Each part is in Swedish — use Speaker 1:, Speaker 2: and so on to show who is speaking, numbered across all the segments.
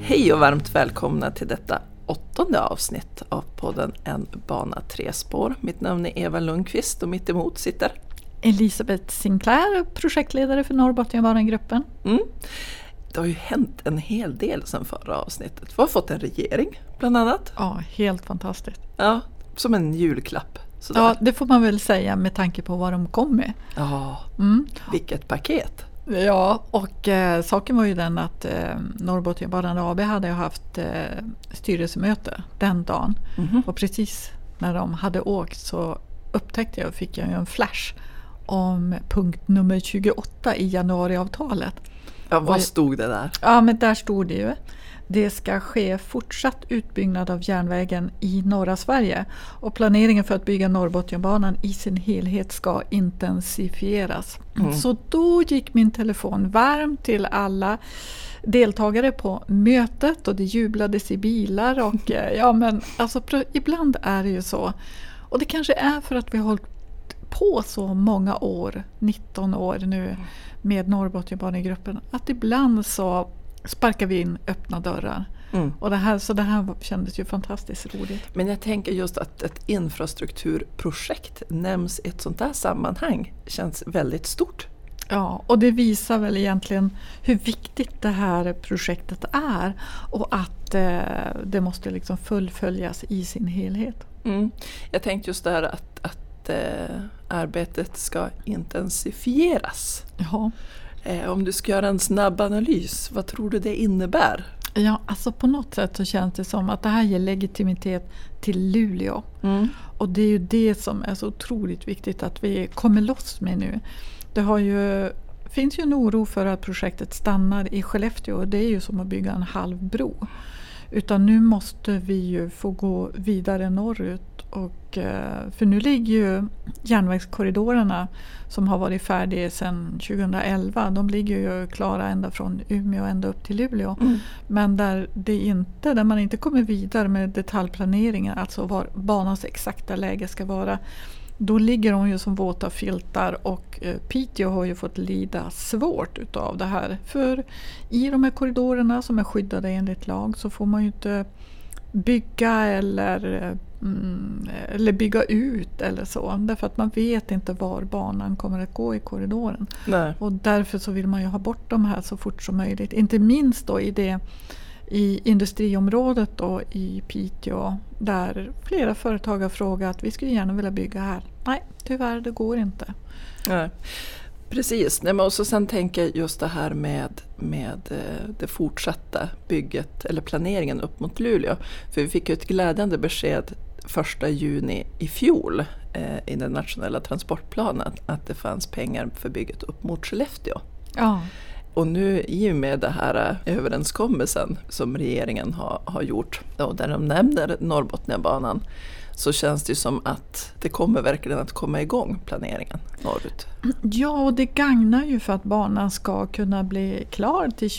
Speaker 1: Hej och varmt välkomna till detta 8:e avsnitt av podden En bana 3 spår. Mitt namn är Eva Lundqvist och mitt emot sitter
Speaker 2: Elisabeth Sinclair, projektledare för Norrbotniabanegruppen.
Speaker 1: Det har ju hänt en hel del sedan förra avsnittet. Vi har fått en regering bland annat.
Speaker 2: Ja, helt fantastiskt.
Speaker 1: Ja, som en julklapp. Sådär.
Speaker 2: Ja, det får man väl säga med tanke på vad de kom med.
Speaker 1: Ja, vilket paket.
Speaker 2: Ja, och saken var ju den att Norrbotniabanan AB hade haft styrelsemöte den dagen. Och precis när de hade åkt så upptäckte jag och fick jag en flash om punkt nummer 28 i januariavtalet.
Speaker 1: Ja, vad stod det där?
Speaker 2: Ja, men där stod det ju. Det ska ske fortsatt utbyggnad av järnvägen i norra Sverige och planeringen för att bygga Norrbotniabanan i sin helhet ska intensifieras. Så då gick min telefon varm till alla deltagare på mötet och det jublades i bilar och ja, men alltså ibland är det ju så. Och det kanske är för att vi har hållit på så många år, 19 år nu med Norrbotniabanegruppen, att ibland så sparkar vi in öppna dörrar. Och det här kändes ju fantastiskt roligt.
Speaker 1: Men jag tänker just att ett infrastrukturprojekt nämns i ett sånt där sammanhang känns väldigt stort.
Speaker 2: Ja, och det visar väl egentligen hur viktigt det här projektet är och att det måste liksom fullföljas i sin helhet.
Speaker 1: Jag tänkte just det här att arbetet ska intensifieras.
Speaker 2: Ja.
Speaker 1: Om du ska göra en snabb analys, vad tror du det innebär?
Speaker 2: Ja, alltså på något sätt så känns det som att det här ger legitimitet till Luleå. Och det är ju det som är så otroligt viktigt att vi kommer loss med nu. Det finns ju en oro för att projektet stannar i Skellefteå och det är ju som att bygga en halv bro. Utan nu måste vi ju få gå vidare norrut. För nu ligger ju järnvägskorridorerna som har varit färdiga sedan 2011. De ligger ju klara ända från Umeå ända upp till Luleå. Men där man inte kommer vidare med detaljplaneringen, alltså var banans exakta läge ska vara, då ligger de ju som våta filtar och Piteå har ju fått lida svårt utav det här. För i de här korridorerna som är skyddade enligt lag så får man ju inte bygga eller bygga ut eller så. Därför att man vet inte var banan kommer att gå i korridoren.
Speaker 1: Nej.
Speaker 2: Och därför så vill man ju ha bort de här så fort som möjligt. Inte minst då i industriområdet och i Piteå där flera företag har frågat vi skulle gärna vilja bygga här. Nej, tyvärr det går inte.
Speaker 1: Nej. Precis, men också sen tänker jag just det här med det fortsatta bygget eller planeringen upp mot Luleå. För vi fick ju ett glädjande besked 1 juni i fjol i den nationella transportplanen att det fanns pengar för bygget upp mot Skellefteå.
Speaker 2: Ja.
Speaker 1: Och nu i och med det här överenskommelsen som regeringen har gjort och där de nämner Norrbotniabanan så känns det som att det kommer verkligen att komma igång planeringen norrut.
Speaker 2: Ja, och det gagnar ju för att banan ska kunna bli klar till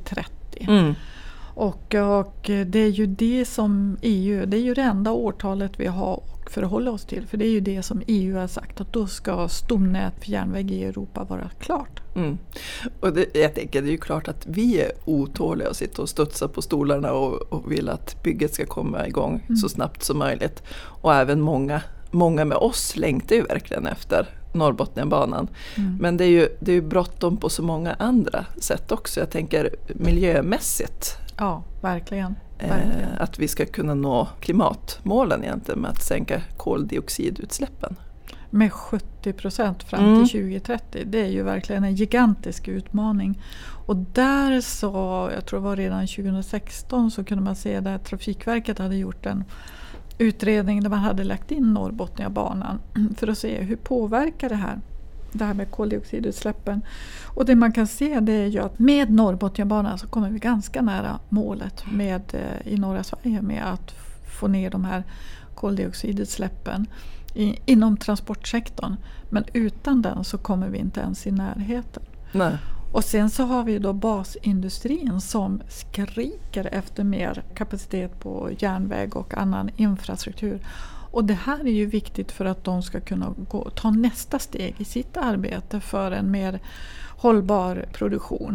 Speaker 2: 2030. Och det är ju det som EU, det är ju det enda årtalet vi har att förhålla oss till. För det är ju det som EU har sagt att då ska stomnät för järnväg i Europa vara klart.
Speaker 1: Och jag tänker det är ju klart att vi är otåliga och sitter och studsar på stolarna och vill att bygget ska komma igång så snabbt som möjligt. Och även många med oss längtar ju verkligen efter Norrbotniabanan. Men det är ju bråttom på så många andra sätt också. Jag tänker miljömässigt.
Speaker 2: Ja, verkligen.
Speaker 1: Att vi ska kunna nå klimatmålen egentligen med att sänka koldioxidutsläppen.
Speaker 2: Med 70% fram till 2030. Det är ju verkligen en gigantisk utmaning. Och där så, jag tror det var redan 2016 så kunde man se att Trafikverket hade gjort en utredning där man hade lagt in Norrbotniabanan för att se hur påverkar det här med koldioxidutsläppen. Och det man kan se det är ju att med Norrbotniabanan så kommer vi ganska nära målet i norra Sverige med att få ner de här koldioxidutsläppen inom transportsektorn. Men utan den så kommer vi inte ens i närheten.
Speaker 1: Nej.
Speaker 2: Och sen så har vi då basindustrin som skriker efter mer kapacitet på järnväg och annan infrastruktur. Och det här är ju viktigt för att de ska kunna ta nästa steg i sitt arbete för en mer hållbar produktion.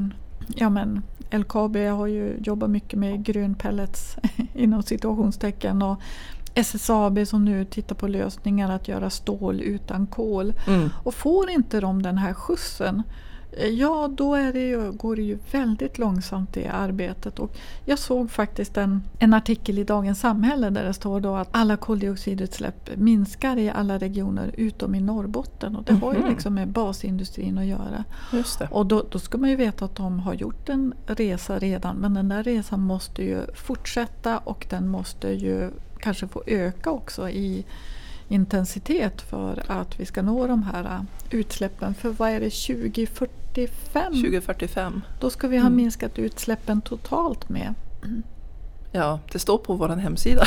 Speaker 2: ja men LKAB har ju jobbat mycket med grön pellets inom situationstecken, och SSAB som nu tittar på lösningar att göra stål utan kol. Och får inte de den här skjutsen, ja då går det ju väldigt långsamt i arbetet. Och jag såg faktiskt en artikel i Dagens Samhälle där det står då att alla koldioxidutsläpp minskar i alla regioner utom i Norrbotten, och det har ju liksom med basindustrin att göra.
Speaker 1: Just det.
Speaker 2: Och då ska man ju veta att de har gjort en resa redan, men den där resan måste ju fortsätta, och den måste ju kanske få öka också i intensitet för att vi ska nå de här utsläppen. För vad är det, 2045?
Speaker 1: 2045.
Speaker 2: Då ska vi ha minskat utsläppen totalt med.
Speaker 1: Ja, det står på vår hemsida.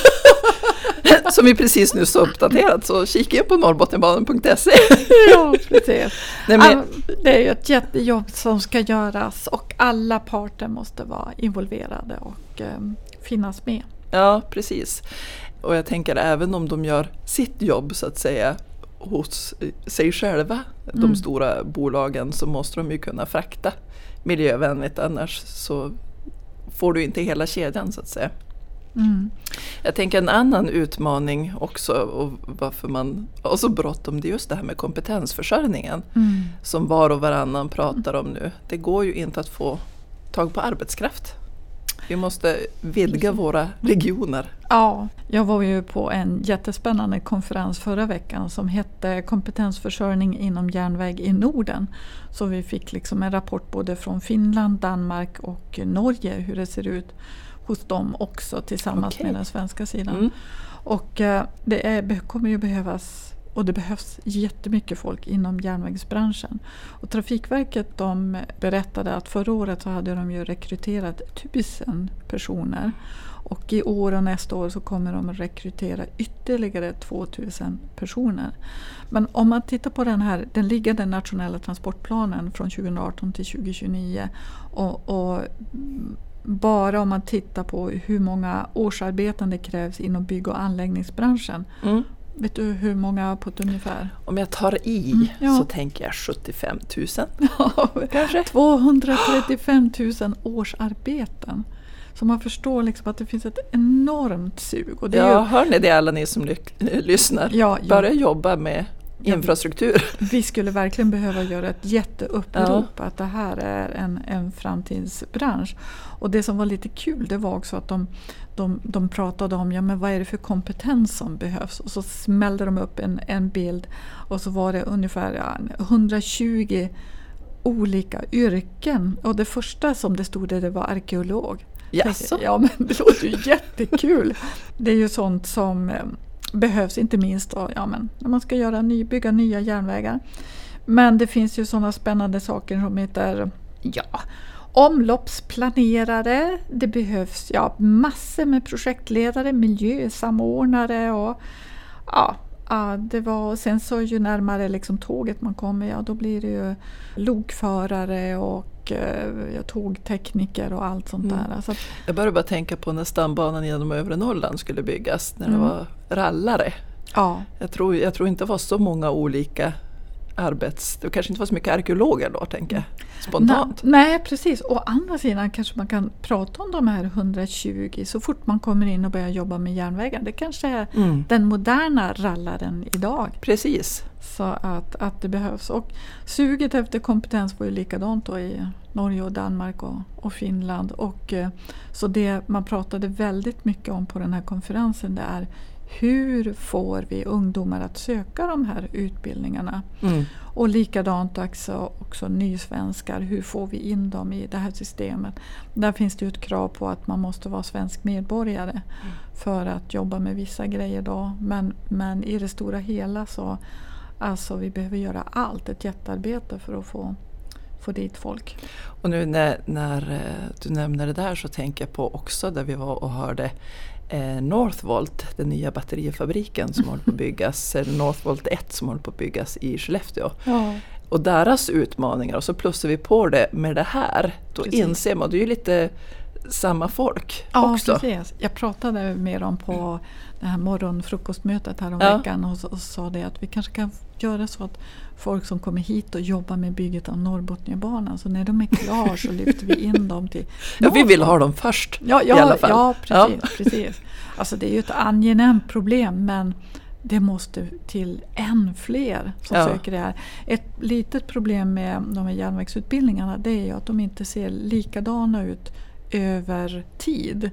Speaker 1: Som vi precis nu så uppdaterat, så kika in på norrbottenbanan.se.
Speaker 2: Ja, precis. Det är ju ett jättejobb som ska göras, och alla parter måste vara involverade och finnas med.
Speaker 1: Ja, precis. Och jag tänker även om de gör sitt jobb så att säga hos sig själva, de stora bolagen, så måste de ju kunna frakta miljövänligt, annars så får du inte hela kedjan så att säga. Jag tänker en annan utmaning också, och varför man har så bråttom, det är just det här med kompetensförsörjningen som var och varannan pratar om nu. Det går ju inte att få tag på arbetskraft. Vi måste vidga våra regioner.
Speaker 2: Ja, jag var ju på en jättespännande konferens förra veckan som hette kompetensförsörjning inom järnväg i Norden. Så vi fick liksom en rapport både från Finland, Danmark och Norge hur det ser ut hos dem också tillsammans med den svenska sidan. Och det kommer ju behövas, och det behövs jättemycket folk inom järnvägsbranschen. Och Trafikverket de berättade att förra året så hade de ju rekryterat 1000 personer. Och i år och nästa år så kommer de att rekrytera ytterligare 2000 personer. Men om man tittar på den liggande nationella transportplanen från 2018 till 2029 och bara om man tittar på hur många årsarbetande krävs inom bygg- och anläggningsbranschen. Vet du hur många på ett ungefär?
Speaker 1: Om jag tar så tänker jag 75 000.
Speaker 2: Ja, kanske 235 000 årsarbeten. Så man förstår liksom att det finns ett enormt sug. Och det är
Speaker 1: hör ni det alla ni som lyssnar? Ja. Börja jobba med infrastruktur.
Speaker 2: Vi skulle verkligen behöva göra ett jätteupprop att det här är en framtidsbransch. Och det som var lite kul, det var också att de pratade om men vad är det för kompetens som behövs. Och så smällde de upp en bild och så var det ungefär 120 olika yrken. Och det första som det stod det var arkeolog.
Speaker 1: Yes.
Speaker 2: Ja, men det låter ju jättekul. Det är ju sånt som behövs inte minst då, när man ska bygga nya järnvägar. Men det finns ju sådana spännande saker som heter omloppsplanerare. Det behövs massor med projektledare, miljösamordnare och sen så ju närmare liksom tåget man kommer, då blir det ju lokförare och tågtekniker och allt sånt där. Så
Speaker 1: jag började bara tänka på när stambanan genom övre Norrland skulle byggas, när det var rallare.
Speaker 2: Ja.
Speaker 1: Jag tror inte det var så många olika det kanske inte var så mycket arkeologer då, tänker jag, spontant.
Speaker 2: Nej, precis. Å andra sidan kanske man kan prata om de här 120 så fort man kommer in och börjar jobba med järnvägen. Det kanske är den moderna rallaren idag.
Speaker 1: Precis.
Speaker 2: Så att det behövs. Och suget efter kompetens var ju likadant då i Norge och Danmark och Finland. Och så det man pratade väldigt mycket om på den här konferensen, det är hur får vi ungdomar att söka de här utbildningarna? Och likadant också nysvenskar, hur får vi in dem i det här systemet? Där finns det ju ett krav på att man måste vara svensk medborgare för att jobba med vissa grejer då. Men i det stora hela så vi behöver göra ett jättearbete för att få dit folk.
Speaker 1: Och nu när du nämner det där så tänker jag på också där vi var och hörde Northvolt, den nya batterifabriken som håller på att byggas, eller Northvolt 1 som håller på att byggas i Skellefteå. Ja. Och deras utmaningar, och så plussar vi på det med det här. Då inser man, det är ju lite samma folk
Speaker 2: ja,
Speaker 1: också.
Speaker 2: Precis. Jag pratade med dem på det här morgonfrukostmötet här om veckan och sa det att vi kanske kan göra så att folk som kommer hit och jobbar med bygget av Norrbotniabanan, så när de är klara så lyfter vi in dem till
Speaker 1: Ja, vi vill ha dem först i alla fall.
Speaker 2: Ja, precis. Alltså det är ju ett angenämt problem, men det måste till än fler som söker det här. Ett litet problem med de här järnvägsutbildningarna, det är ju att de inte ser likadana ut över tid.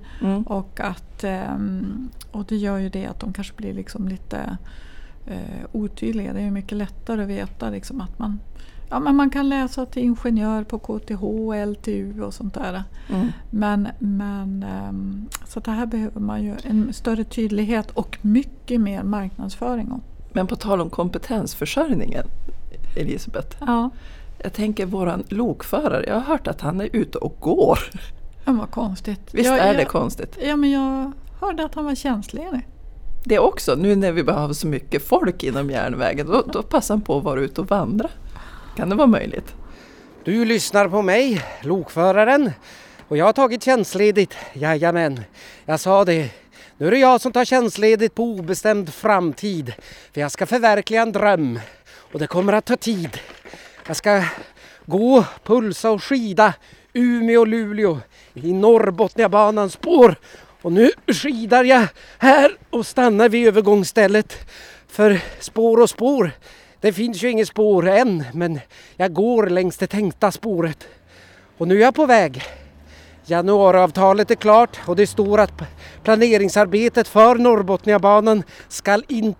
Speaker 2: Och det gör ju det att de kanske blir liksom lite otydliga. Det är ju mycket lättare att veta liksom att man kan läsa till ingenjör på KTH, LTU och sånt där. Men så det här behöver man ju en större tydlighet och mycket mer marknadsföring om.
Speaker 1: Men på tal om kompetensförsörjningen, Elisabeth.
Speaker 2: Ja.
Speaker 1: Jag tänker våran lokförare, jag har hört att han är ute och går.
Speaker 2: Ja, vad konstigt.
Speaker 1: Visst är det konstigt?
Speaker 2: Ja, men jag hörde att han var tjänstledig.
Speaker 1: Det också, nu när vi behöver så mycket folk inom järnvägen, då passar han på att vara ute och vandra. Kan det vara möjligt?
Speaker 3: Du lyssnar på mig, lokföraren, och jag har tagit tjänstledigt. Jajamän, jag sa det. Nu är det jag som tar tjänstledigt på obestämd framtid. För jag ska förverkliga en dröm. Och det kommer att ta tid. Jag ska gå, pulsa och skida Umeå och Luleå i Norrbotniabanans spår. Och nu skidar jag här och stannar vid övergångsstället. För spår och spår, det finns ju inget spår än, men jag går längs det tänkta spåret. Och nu är jag på väg. Januariavtalet är klart och det står att planeringsarbetet för Norrbotniabanan ska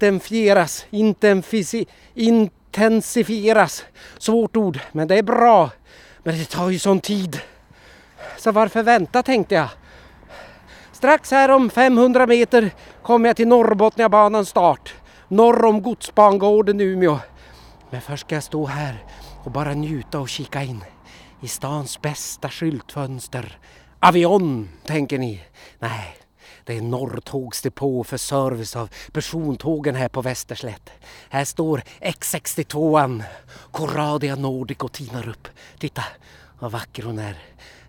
Speaker 3: intensifieras. Svårt ord, men det är bra. Men det tar ju sån tid. Så varför vänta, tänkte jag. Strax här om 500 meter kommer jag till Norrbotniabanans start. Norr om godsbangården Umeå. Men först ska jag stå här och bara njuta och kika in i stans bästa skyltfönster. Avion, tänker ni? Nej, det är Norrtågsdepå för service av persontågen här på Västerslätt. Här står X62an, Corradia Nordic och tinar upp. Titta, vad vacker hon är.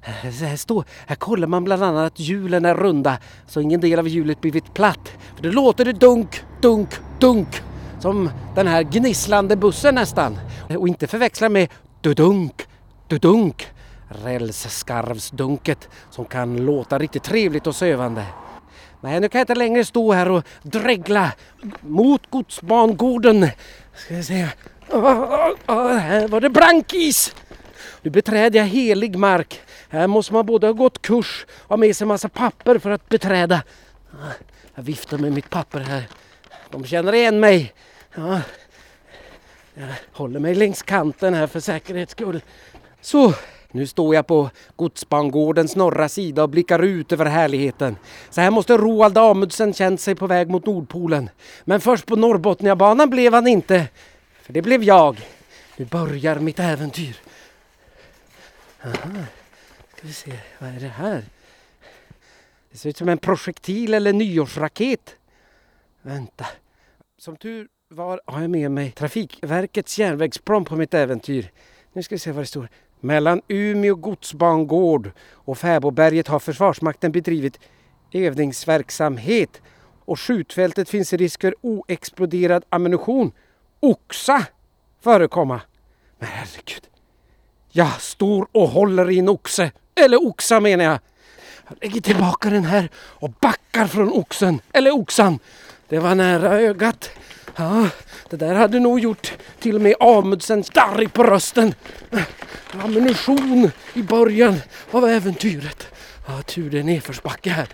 Speaker 3: Här kollar man bland annat att hjulen är runda, så ingen del av hjulet blivit platt. För det låter det dunk, dunk, dunk, som den här gnisslande bussen nästan. Och inte förväxla med dudunk, dudunk, rälsskarvsdunket som kan låta riktigt trevligt och sövande. Nej, nu kan jag inte längre stå här och dregla mot godsbangården. Ska jag se. Här var det blankis. Nu beträder jag helig mark. Här måste man både ha gått kurs och ha med sig en massa papper för att beträda. Jag viftar med mitt papper här. De känner igen mig. Ja. Jag håller mig längs kanten här för säkerhets skull. Så, nu står jag på godsbangårdens norra sida och blickar ut över härligheten. Så här måste Roald Amundsen känt sig på väg mot Nordpolen. Men först på Norrbotniabanan blev han inte. För det blev jag. Nu börjar mitt äventyr. Aha. Ska vi se, vad är det här? Det ser ut som en projektil eller nyårsraket. Vänta. Som tur var har jag med mig Trafikverkets järnvägsplan på mitt äventyr. Nu ska vi se vad det står. Mellan Umeå godsbangård och Fäboberget har Försvarsmakten bedrivit övningsverksamhet. Och skjutfältet finns i risk för oexploderad ammunition. Oxa förekomma. Men herregud. Jag står och håller i en oxe. Eller oxa menar jag. Jag lägger tillbaka den här och backar från oxen. Eller oxan. Det var nära ögat. Ja, det där hade nog gjort till och med Amundsen starrig på rösten. Ammunition i början av äventyret. Ja, tur det är nedförsbacke här.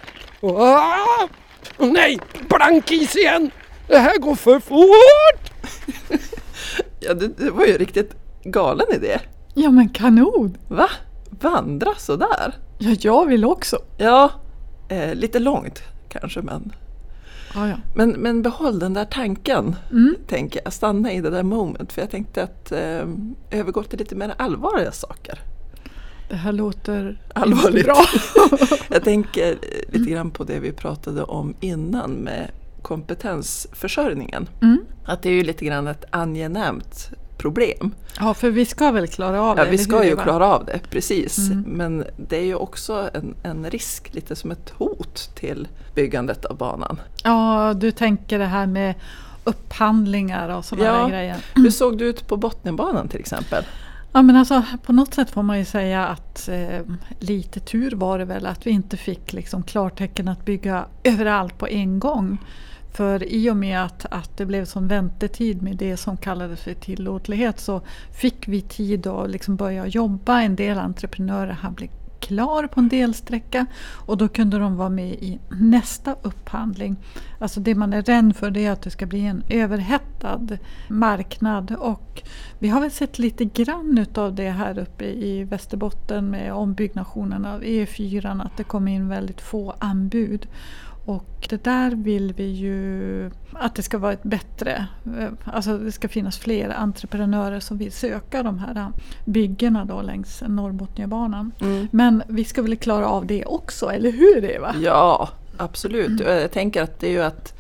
Speaker 3: Nej, blankis igen. Det här går för fort.
Speaker 1: Ja, det var ju riktigt galen idé.
Speaker 2: Ja, men kanon.
Speaker 1: Va? Vandra så där?
Speaker 2: Ja, jag vill också.
Speaker 1: Ja, lite långt kanske, men...
Speaker 2: Ja.
Speaker 1: Men behåll den där tanken, tänker jag. Stanna i det där moment, för jag tänkte att övergå till lite mer allvarliga saker.
Speaker 2: Det här låter
Speaker 1: allvarligt.
Speaker 2: Bra.
Speaker 1: Jag tänker lite grann på det vi pratade om innan med kompetensförsörjningen. Att det är ju lite grann ett angenämt problem.
Speaker 2: Ja, för vi ska väl klara av det?
Speaker 1: Ja, vi ska
Speaker 2: hur,
Speaker 1: ju
Speaker 2: va?
Speaker 1: klara av det, precis. Men det är ju också en risk, lite som ett hot till byggandet av banan.
Speaker 2: Ja, du tänker det här med upphandlingar och sådana där grejer.
Speaker 1: Hur såg det ut på Botniabanan till exempel?
Speaker 2: Ja, men alltså på något sätt får man ju säga att lite tur var det väl att vi inte fick liksom klartecken att bygga överallt på en gång. För i och med att det blev sån väntetid med det som kallades för tillåtlighet så fick vi tid att liksom börja jobba. En del entreprenörer har blivit klar på en delsträcka och då kunde de vara med i nästa upphandling. Alltså det man är rädd för det är att det ska bli en överhettad marknad och vi har väl sett lite grann av det här uppe i Västerbotten med ombyggnationen av E4 att det kom in väldigt få anbud. Och det där vill vi ju att det ska vara ett bättre, alltså det ska finnas fler entreprenörer som vill söka de här byggena då längs Norrbotniabanan. Men vi ska väl klara av det också, eller hur det va?
Speaker 1: Ja, absolut. Jag tänker att det är ju att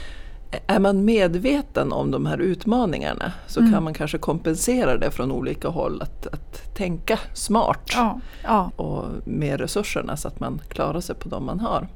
Speaker 1: är man medveten om de här utmaningarna så kan man kanske kompensera det från olika håll. Att tänka smart och med resurserna så att man klarar sig på de man har.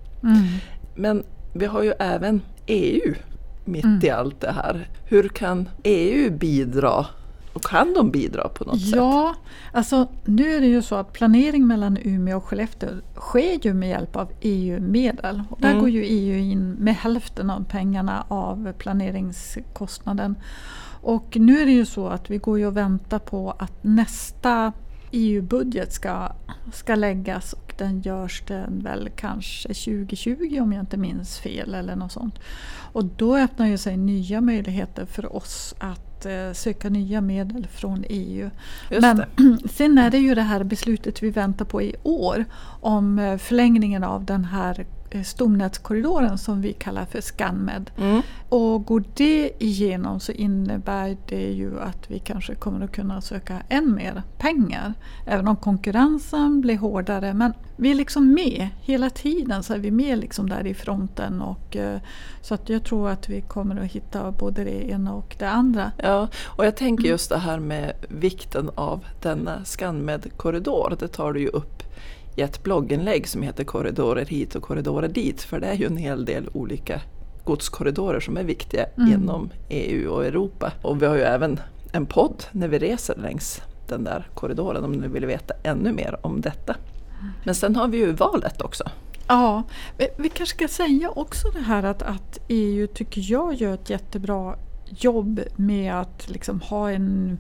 Speaker 1: Men vi har ju även EU mitt i allt det här. Hur kan EU bidra? Och kan de bidra på något sätt?
Speaker 2: Ja, alltså nu är det ju så att planering mellan Umeå och Skellefteå sker ju med hjälp av EU-medel. Och där går ju EU in med hälften av pengarna av planeringskostnaden. Och nu är det ju så att vi går ju och väntar på att nästa EU-budget ska läggas och den görs den väl kanske 2020 om jag inte minns fel eller något sånt. Och då öppnar ju sig nya möjligheter för oss att söka nya medel från EU. Men sen är det ju det här beslutet vi väntar på i år om förlängningen av den här stomnätskorridoren som vi kallar för ScanMed. Och går det igenom så innebär det ju att vi kanske kommer att kunna söka än mer pengar. Även om konkurrensen blir hårdare. Men vi är liksom med hela tiden, så är vi med liksom där i fronten. Och, så att jag tror att vi kommer att hitta både det ena och det andra.
Speaker 1: Ja, och jag tänker just det här med vikten av denna ScanMed-korridor. Det tar du ju upp i ett blogginlägg som heter Korridorer hit och korridorer dit. För det är ju en hel del olika godskorridorer som är viktiga inom EU och Europa. Och vi har ju även en podd när vi reser längs den där korridoren om ni vill veta ännu mer om detta. Men sen har vi ju valet också.
Speaker 2: Ja, vi kanske ska säga också det här att EU tycker jag gör ett jättebra jobb med att liksom ha en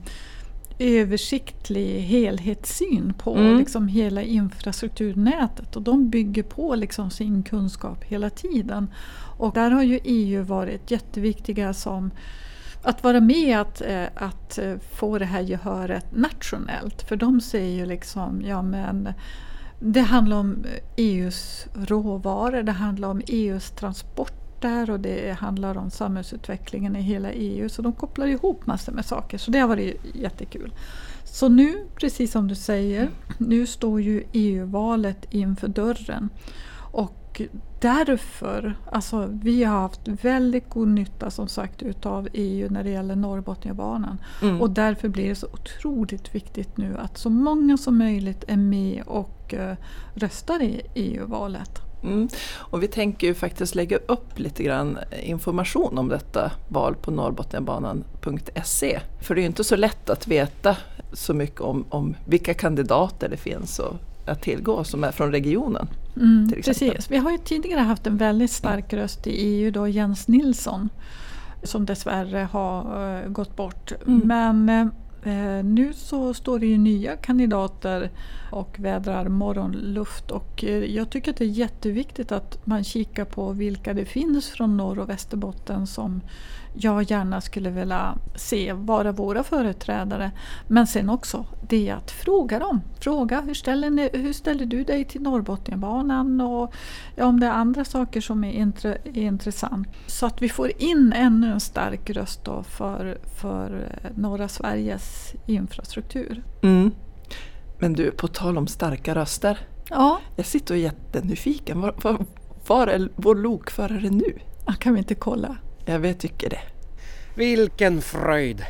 Speaker 2: översiktlig helhetssyn på liksom hela infrastrukturnätet och de bygger på liksom sin kunskap hela tiden. Och där har ju EU varit jätteviktiga som att vara med att få det här gehöret nationellt. För de säger ju liksom, ja men det handlar om EUs råvaror, det handlar om EUs transporter och det handlar om samhällsutvecklingen i hela EU. Så de kopplar ihop massor med saker. Så det har varit jättekul. Så nu, precis som du säger, nu står ju EU-valet inför dörren. Och därför, alltså vi har haft väldigt god nytta som sagt utav EU när det gäller Norrbotniabanan. Och därför blir det så otroligt viktigt nu att så många som möjligt är med och röstar i EU-valet.
Speaker 1: Och vi tänker ju faktiskt lägga upp lite grann information om detta val på norrbotniabanan.se. För det är ju inte så lätt att veta så mycket om vilka kandidater det finns och att tillgå som är från regionen. Till exempel.
Speaker 2: Precis. Vi har ju tidigare haft en väldigt stark röst i EU då, Jens Nilsson, som dessvärre har gått bort. Men nu så står det ju nya kandidater och vädrar morgonluft och jag tycker att det är jätteviktigt att man kikar på vilka det finns från Norr- och Västerbotten som jag gärna skulle vilja se vara våra företrädare. Men sen också det att fråga dem. Fråga hur ställer du dig till Norrbotniabanan och om det är andra saker som är intressant. Så att vi får in ännu en stark röst då för norra Sveriges infrastruktur.
Speaker 1: Men du, på tal om starka röster.
Speaker 2: Ja.
Speaker 1: Jag sitter och är jättenyfiken. Var är vår lokförare nu?
Speaker 2: Kan vi inte kolla?
Speaker 1: Jag tycker det.
Speaker 3: Vilken fröjd!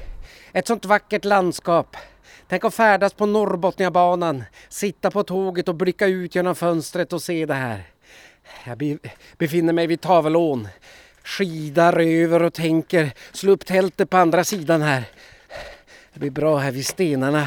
Speaker 3: Ett sånt vackert landskap. Tänk att färdas på Norrbotniabanan, sitta på tåget och blicka ut genom fönstret och se det här. Jag befinner mig vid Tavelån, skidar över och tänker slå upp tältet på andra sidan här. Det blir bra här vid stenarna.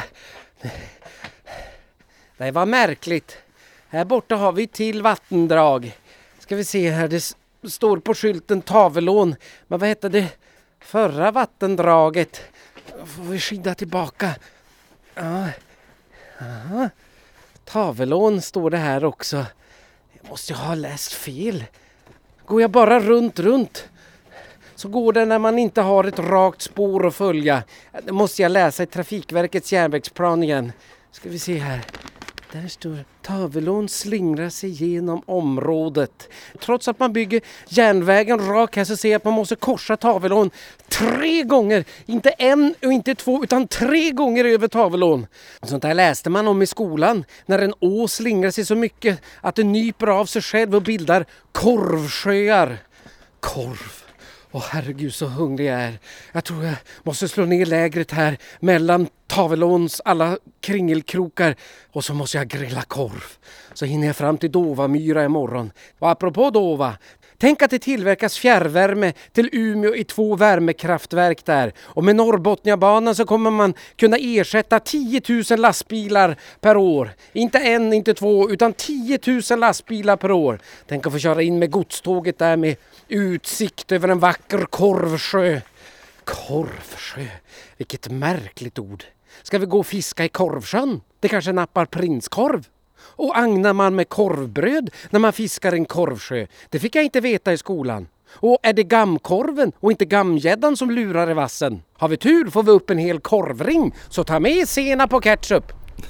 Speaker 3: Det var märkligt. Här borta har vi till vattendrag. Ska vi se här, det står på skylten Tavelån. Men vad hette det förra vattendraget? Får vi skida tillbaka. Ja. Aha. Tavelån står det här också. Jag måste ha läst fel. Går jag bara runt så går det när man inte har ett rakt spår att följa. Det måste jag läsa i Trafikverkets järnvägsplan igen. Ska vi se här. Där står Tavelån slingrar sig genom området. Trots att man bygger järnvägen rak här så ser jag att man måste korsa Tavelån 3 gånger. Inte 1 och inte 2 utan 3 gånger över Tavelån. Sånt där läste man om i skolan. När en å slingrar sig så mycket att den nyper av sig själv och bildar korvsjöar. Korv. Herregud så hungrig jag är. Jag tror jag måste slå ner lägret här mellan Tavelåns alla kringelkrokar och så måste jag grilla korv. Så hinner jag fram till Dovamyra imorgon. Och apropå Dova, tänk att det tillverkas fjärrvärme till Umeå i 2 värmekraftverk där. Och med Norrbotniabanan så kommer man kunna ersätta 10 000 lastbilar per år. Inte 1, inte 2 utan 10 000 lastbilar per år. Tänk att få köra in med godståget där med utsikt över en vacker korvsjö. Korvsjö, vilket märkligt ord. Ska vi gå och fiska i Korvsjön? Det kanske nappar prinskorv. Och agnar man med korvbröd när man fiskar en korvsjö? Det fick jag inte veta i skolan. Och är det gamkorven och inte gamgäddan som lurar i vassen? Har vi tur får vi upp en hel korvring, så ta med sena på ketchup.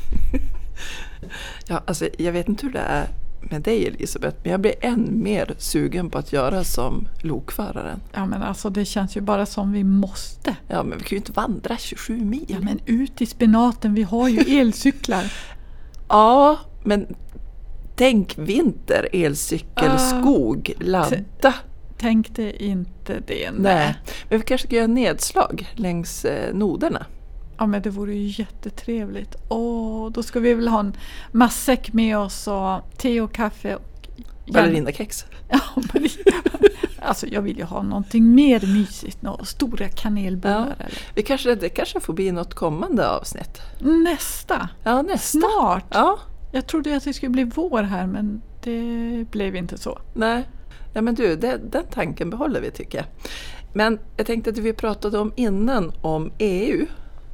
Speaker 1: Ja, alltså jag vet inte hur det är med dig Elisabeth, men jag blir än mer sugen på att göra som lokföraren.
Speaker 2: Ja men alltså det känns ju bara som vi måste.
Speaker 1: Ja men vi kan ju inte vandra 27 mil.
Speaker 2: Ja men ut i spenaten, vi har ju elcyklar.
Speaker 1: Ja, men tänk vinter, elcykel, skog, ladda.
Speaker 2: Tänkte inte det.
Speaker 1: Nej, men vi kanske ska göra nedslag längs noderna.
Speaker 2: Ja men det vore ju jättetrevligt. Då ska vi väl ha en matsäck med oss och te och kaffe.
Speaker 1: Ballerinakex.
Speaker 2: Ja, alltså jag vill ju ha någonting mer mysigt. Några stora kanelbullar.
Speaker 1: Ja, det kanske får bli något kommande avsnitt.
Speaker 2: Nästa.
Speaker 1: Ja, nästa.
Speaker 2: Snart.
Speaker 1: Ja.
Speaker 2: Jag trodde att det skulle bli vår här men det blev inte så.
Speaker 1: Nej men du, den tanken behåller vi tycker jag. Men jag tänkte att vi pratade om innan om EU.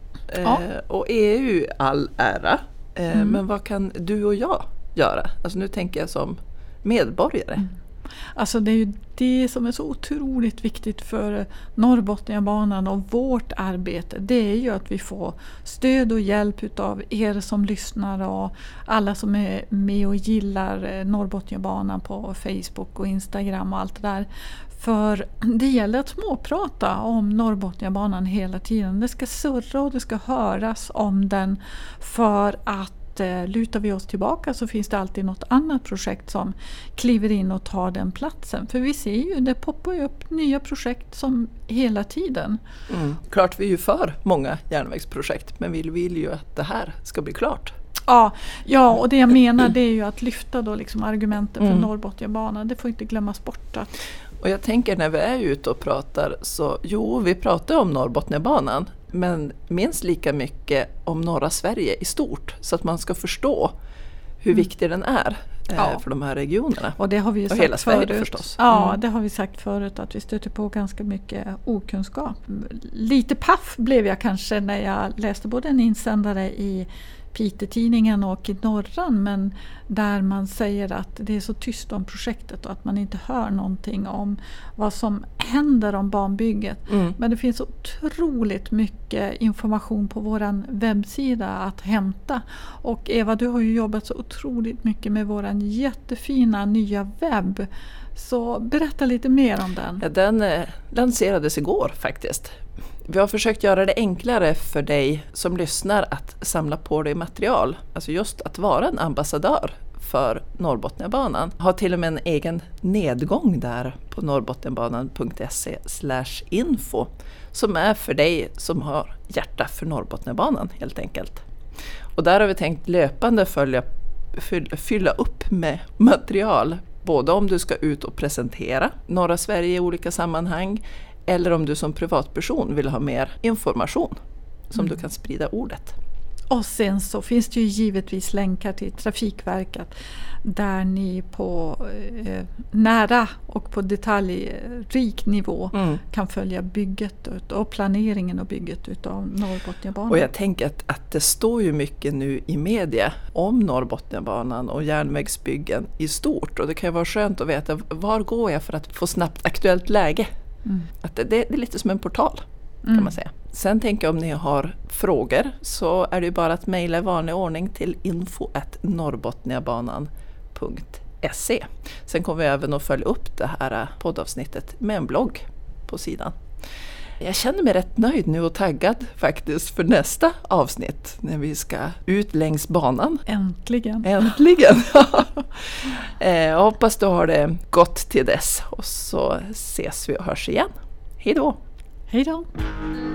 Speaker 2: Ja.
Speaker 1: Och EU all ära. Men vad kan du och jag göra? Alltså nu tänker jag som medborgare.
Speaker 2: Alltså det är ju det som är så otroligt viktigt för Norrbotniabanan och vårt arbete. Det är ju att vi får stöd och hjälp utav er som lyssnar och alla som är med och gillar Norrbotniabanan på Facebook och Instagram och allt det där. För det gäller att småprata om Norrbotniabanan hela tiden. Det ska surra och det ska höras om den, för att lutar vi oss tillbaka så finns det alltid något annat projekt som kliver in och tar den platsen. För vi ser ju, det poppar ju upp nya projekt som hela tiden.
Speaker 1: Klart vi är ju för många järnvägsprojekt, men vi vill ju att det här ska bli klart.
Speaker 2: Ja, och det jag menar det är ju att lyfta då liksom argumenten för Norrbotniabanan. Det får inte glömmas bort.
Speaker 1: Och jag tänker när vi är ute och pratar så, vi pratar om Norrbotniabanan, men minst lika mycket om norra Sverige i stort, så att man ska förstå hur viktig den är för de här regionerna.
Speaker 2: Och det har vi ju sagt
Speaker 1: hela Sverige
Speaker 2: förut.
Speaker 1: Förstås.
Speaker 2: Ja, det har vi sagt förut att vi stöter på ganska mycket okunskap. Lite paff blev jag kanske när jag läste både en insändare i Piteå-tidningen och i Norran, men där man säger att det är så tyst om projektet och att man inte hör någonting om vad som händer om banbygget. Men det finns otroligt mycket information på våran webbsida att hämta. Och Eva, du har ju jobbat så otroligt mycket med våran jättefina nya webb. Så berätta lite mer om den.
Speaker 1: Ja, den lanserades igår faktiskt. Vi har försökt göra det enklare för dig som lyssnar att samla på dig material. Alltså just att vara en ambassadör för Norrbotniabanan. Har till och med en egen nedgång där på norrbotniabanan.se/info som är för dig som har hjärta för Norrbotniabanan helt enkelt. Och där har vi tänkt löpande fylla upp med material, både om du ska ut och presentera norra Sverige i olika sammanhang eller om du som privatperson vill ha mer information som du kan sprida ordet.
Speaker 2: Och sen så finns det ju givetvis länkar till Trafikverket där ni på nära och på detaljrik nivå kan följa bygget och planeringen och bygget av Norrbotniabanan.
Speaker 1: Och jag tänker att det står ju mycket nu i media om Norrbotniabanan och järnvägsbyggen i stort. Och det kan ju vara skönt att veta var går jag för att få snabbt aktuellt läge. Att det är lite som en portal kan man säga. Sen tänker jag om ni har frågor så är det ju bara att mejla i vanlig ordning till info@norrbotniabanan.se. Sen kommer vi även att följa upp det här poddavsnittet med en blogg på sidan. Jag känner mig rätt nöjd nu och taggad faktiskt för nästa avsnitt när vi ska ut längs banan.
Speaker 2: Äntligen!
Speaker 1: Äntligen! Jag hoppas du har det gott till dess och så ses vi och hörs igen. Hej då!
Speaker 2: Hej då!